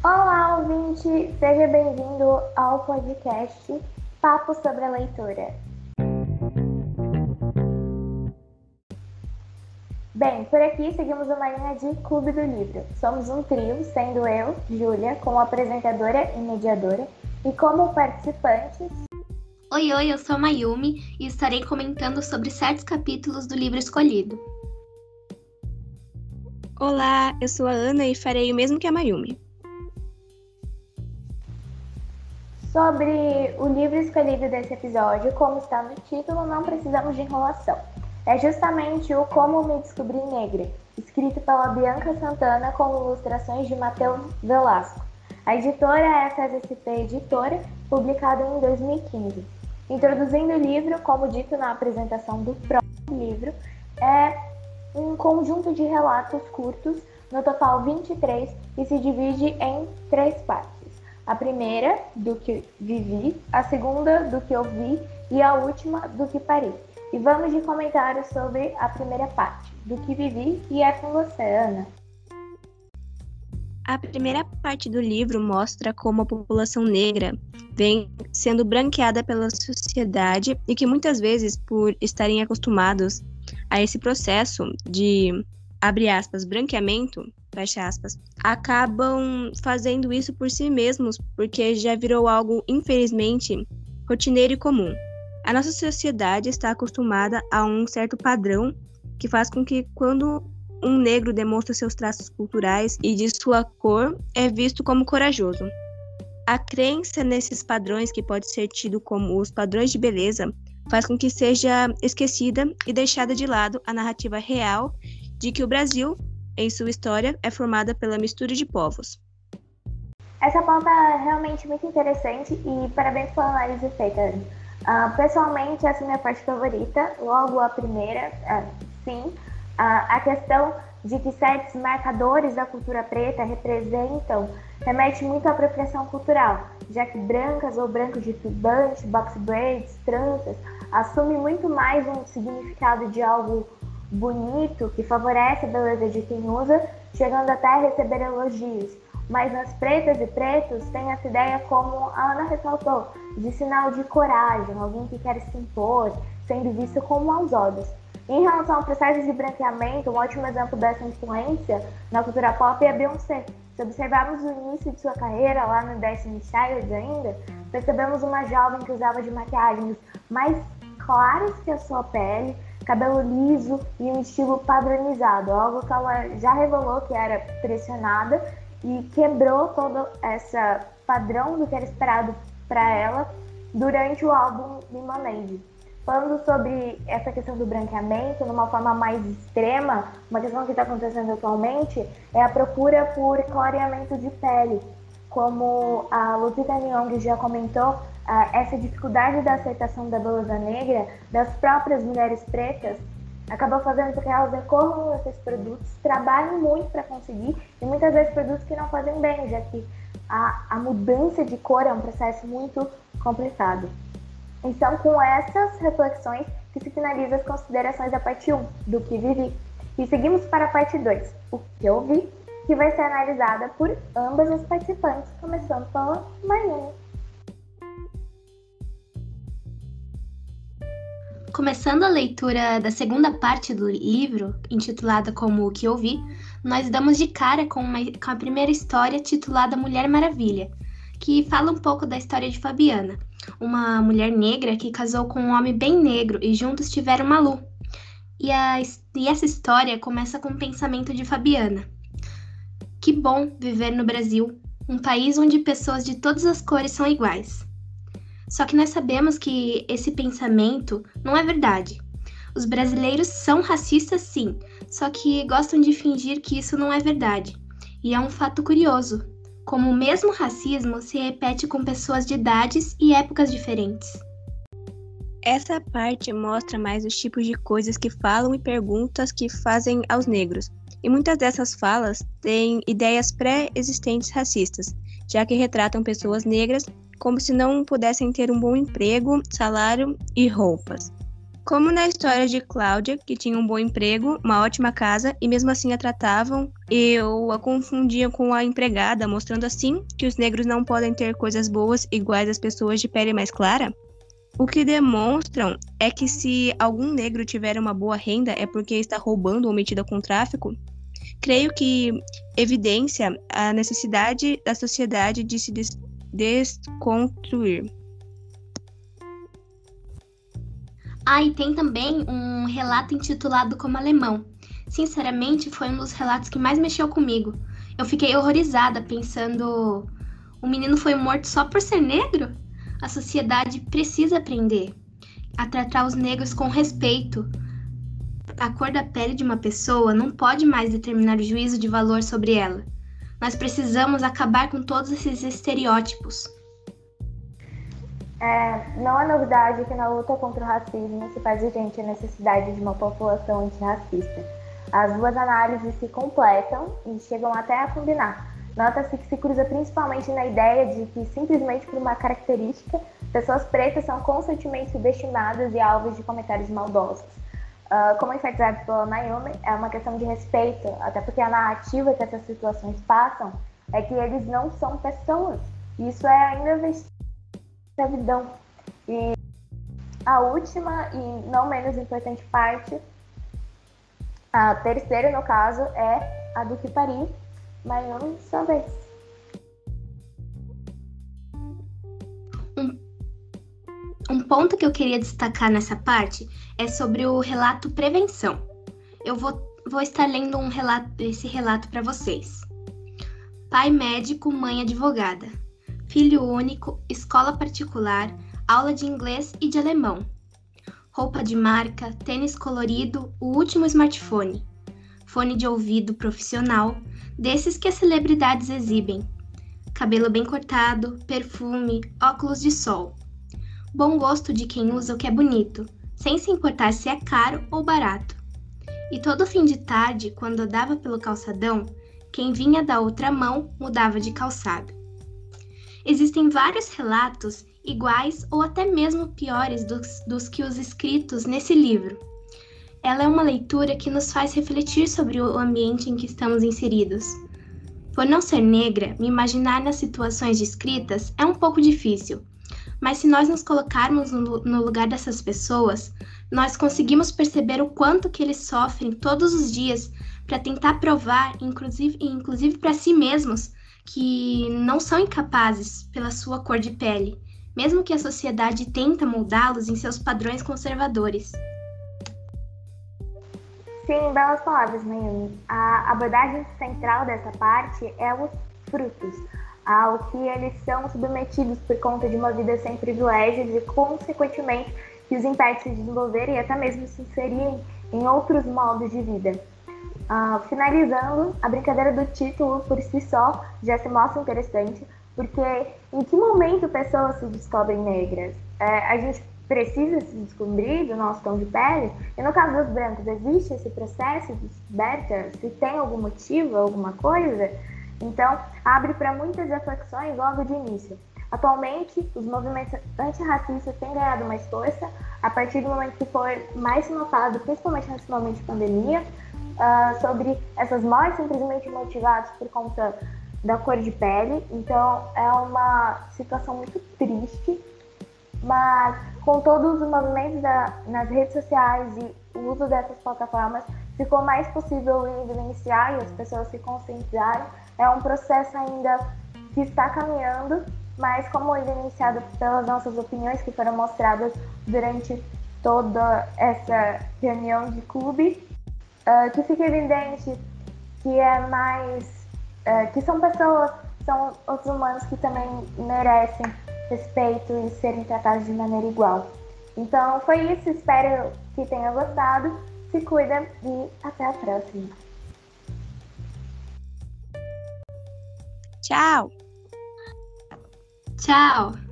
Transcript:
Olá, ouvinte! Seja bem-vindo ao podcast Papo sobre a Leitura. Bem, por aqui seguimos uma linha de Clube do Livro. Somos um trio, sendo eu, Júlia, como apresentadora e mediadora, e como participantes... Oi, eu sou a Mayumi e estarei comentando sobre certos capítulos do livro escolhido. Olá, eu sou a Ana e farei o mesmo que a Mayumi. Sobre o livro escolhido desse episódio, como está no título, não precisamos de enrolação. É justamente o Como Me Descobri Negra, escrito pela Bianca Santana com ilustrações de Matheus Velasco. A editora é a FSP Editora, publicado em 2015. Introduzindo o livro, como dito na apresentação do próprio livro, é um conjunto de relatos curtos, no total 23, e se divide em 3 partes. A primeira, do que vivi, a segunda, do que ouvi, e a última, do que parei. E vamos de comentários sobre a primeira parte, do que vivi, e é com você, Ana. A primeira parte do livro mostra como a população negra vem sendo branqueada pela sociedade e que muitas vezes, por estarem acostumados a esse processo de, abre aspas, branqueamento, fecha aspas, acabam fazendo isso por si mesmos porque já virou algo, infelizmente, rotineiro e comum. A nossa sociedade está acostumada a um certo padrão que faz com que quando um negro demonstra seus traços culturais e de sua cor é visto como corajoso. A crença nesses padrões, que pode ser tido como os padrões de beleza, faz com que seja esquecida e deixada de lado a narrativa real de que o Brasil, em sua história, é formada pela mistura de povos. Essa pauta é realmente muito interessante e parabéns pela análise feita. Pessoalmente, essa é a minha parte favorita, logo a primeira, sim. A questão de que certos marcadores da cultura preta representam remete muito à apropriação cultural, já que brancas ou brancos de turbante, box braids, tranças, assume muito mais um significado de algo bonito que favorece a beleza de quem usa, chegando até a receber elogios. Mas nas pretas e pretos tem essa ideia, como a Ana ressaltou, de sinal de coragem, alguém que quer se impor, sendo visto com maus olhos. Em relação ao processo de branqueamento, um ótimo exemplo dessa influência na cultura pop é a Beyoncé. Se observarmos o início de sua carreira, lá no Destiny's Child ainda, percebemos uma jovem que usava de maquiagens mais claras que a sua pele, cabelo liso e um estilo padronizado, algo que ela já revelou que era pressionada e quebrou todo esse padrão do que era esperado para ela durante o álbum Lemonade. Falando sobre essa questão do branqueamento, numa forma mais extrema, uma questão que está acontecendo atualmente é a procura por clareamento de pele. Como a Lupita Nyong'o já comentou, essa dificuldade da aceitação da beleza negra das próprias mulheres pretas acabou fazendo com que elas recorram a esses produtos, trabalhem muito para conseguir, e muitas vezes produtos que não fazem bem, já que a mudança de cor é um processo muito complicado. Então, com essas reflexões que se finaliza as considerações da parte 1, do que vivi. E seguimos para a parte 2, o que eu vi, que vai ser analisada por ambas as participantes, começando pela Mayumi. Começando a leitura da segunda parte do livro, intitulada como O que eu vi, nós damos de cara com a primeira história, titulada Mulher Maravilha, que fala um pouco da história de Fabiana, uma mulher negra que casou com um homem bem negro e juntos tiveram Malu. E essa história começa com o pensamento de Fabiana. Que bom viver no Brasil, um país onde pessoas de todas as cores são iguais. Só que nós sabemos que esse pensamento não é verdade. Os brasileiros são racistas, sim, só que gostam de fingir que isso não é verdade. E é um fato curioso, como o mesmo racismo se repete com pessoas de idades e épocas diferentes. Essa parte mostra mais os tipos de coisas que falam e perguntas que fazem aos negros. E muitas dessas falas têm ideias pré-existentes racistas, já que retratam pessoas negras como se não pudessem ter um bom emprego, salário e roupas. Como na história de Cláudia, que tinha um bom emprego, uma ótima casa e mesmo assim a tratavam Eu a confundia com a empregada, mostrando assim que os negros não podem ter coisas boas iguais às pessoas de pele mais clara. O que demonstram é que se algum negro tiver uma boa renda é porque está roubando ou metido com tráfico. Creio que evidencia a necessidade da sociedade de se desconstruir. E tem também um relato intitulado como Alemão. Sinceramente, foi um dos relatos que mais mexeu comigo. Eu fiquei horrorizada pensando, o menino foi morto só por ser negro? A sociedade precisa aprender a tratar os negros com respeito. A cor da pele de uma pessoa não pode mais determinar o juízo de valor sobre ela. Nós precisamos acabar com todos esses estereótipos. Não é novidade que na luta contra o racismo se faz urgente a necessidade de uma população antirracista. As duas análises se completam e chegam até a combinar. Nota-se que se cruza principalmente na ideia de que, simplesmente por uma característica, pessoas pretas são constantemente subestimadas e alvos de comentários maldosos. Como enfatizado pela Naomi, é uma questão de respeito, até porque a narrativa que essas situações passam é que eles não são pessoas. Isso é ainda vestir escravidão. E a última e não menos importante parte, a terceira no caso, é a do que pariu. Naomi, sua vez. Um ponto que eu queria destacar nessa parte é sobre o relato prevenção. Eu vou estar lendo esse relato para vocês. Pai médico, mãe advogada. Filho único, escola particular, aula de inglês e de alemão. Roupa de marca, tênis colorido, o último smartphone. Fone de ouvido profissional, desses que as celebridades exibem. Cabelo bem cortado, perfume, óculos de sol. Bom gosto de quem usa o que é bonito, sem se importar se é caro ou barato. E todo fim de tarde, quando andava pelo calçadão, quem vinha da outra mão mudava de calçado. Existem vários relatos iguais ou até mesmo piores dos que os escritos nesse livro. Ela é uma leitura que nos faz refletir sobre o ambiente em que estamos inseridos. Por não ser negra, me imaginar nas situações descritas é um pouco difícil, mas se nós nos colocarmos no lugar dessas pessoas, nós conseguimos perceber o quanto que eles sofrem todos os dias para tentar provar, inclusive para si mesmos, que não são incapazes pela sua cor de pele, mesmo que a sociedade tenta moldá-los em seus padrões conservadores. Sim, belas palavras, Naomi. A abordagem central dessa parte é os frutos, ao que eles são submetidos por conta de uma vida sem privilégios e, consequentemente, que os impede de se desenvolverem e até mesmo se inserirem em outros modos de vida. Finalizando, a brincadeira do título por si só já se mostra interessante, porque em que momento pessoas se descobrem negras? A gente precisa se descobrir do nosso tom de pele? E no caso dos brancos, existe esse processo de descoberta? Se tem algum motivo, alguma coisa? Então, abre para muitas reflexões logo de início. Atualmente, os movimentos antirracistas têm ganhado mais força a partir do momento que foi mais notado, principalmente nesse momento de pandemia, sobre essas mortes simplesmente motivadas por conta da cor de pele. Então, é uma situação muito triste, mas com todos os movimentos nas redes sociais e o uso dessas plataformas, ficou mais possível evidenciar e as pessoas se conscientizaram. É um processo ainda que está caminhando, mas como evidenciado pelas nossas opiniões que foram mostradas durante toda essa reunião de clube, que fica evidente que que são pessoas, são outros humanos que também merecem respeito e serem tratados de maneira igual. Então foi isso, espero que tenha gostado, se cuida e até a próxima. Tchau! Tchau!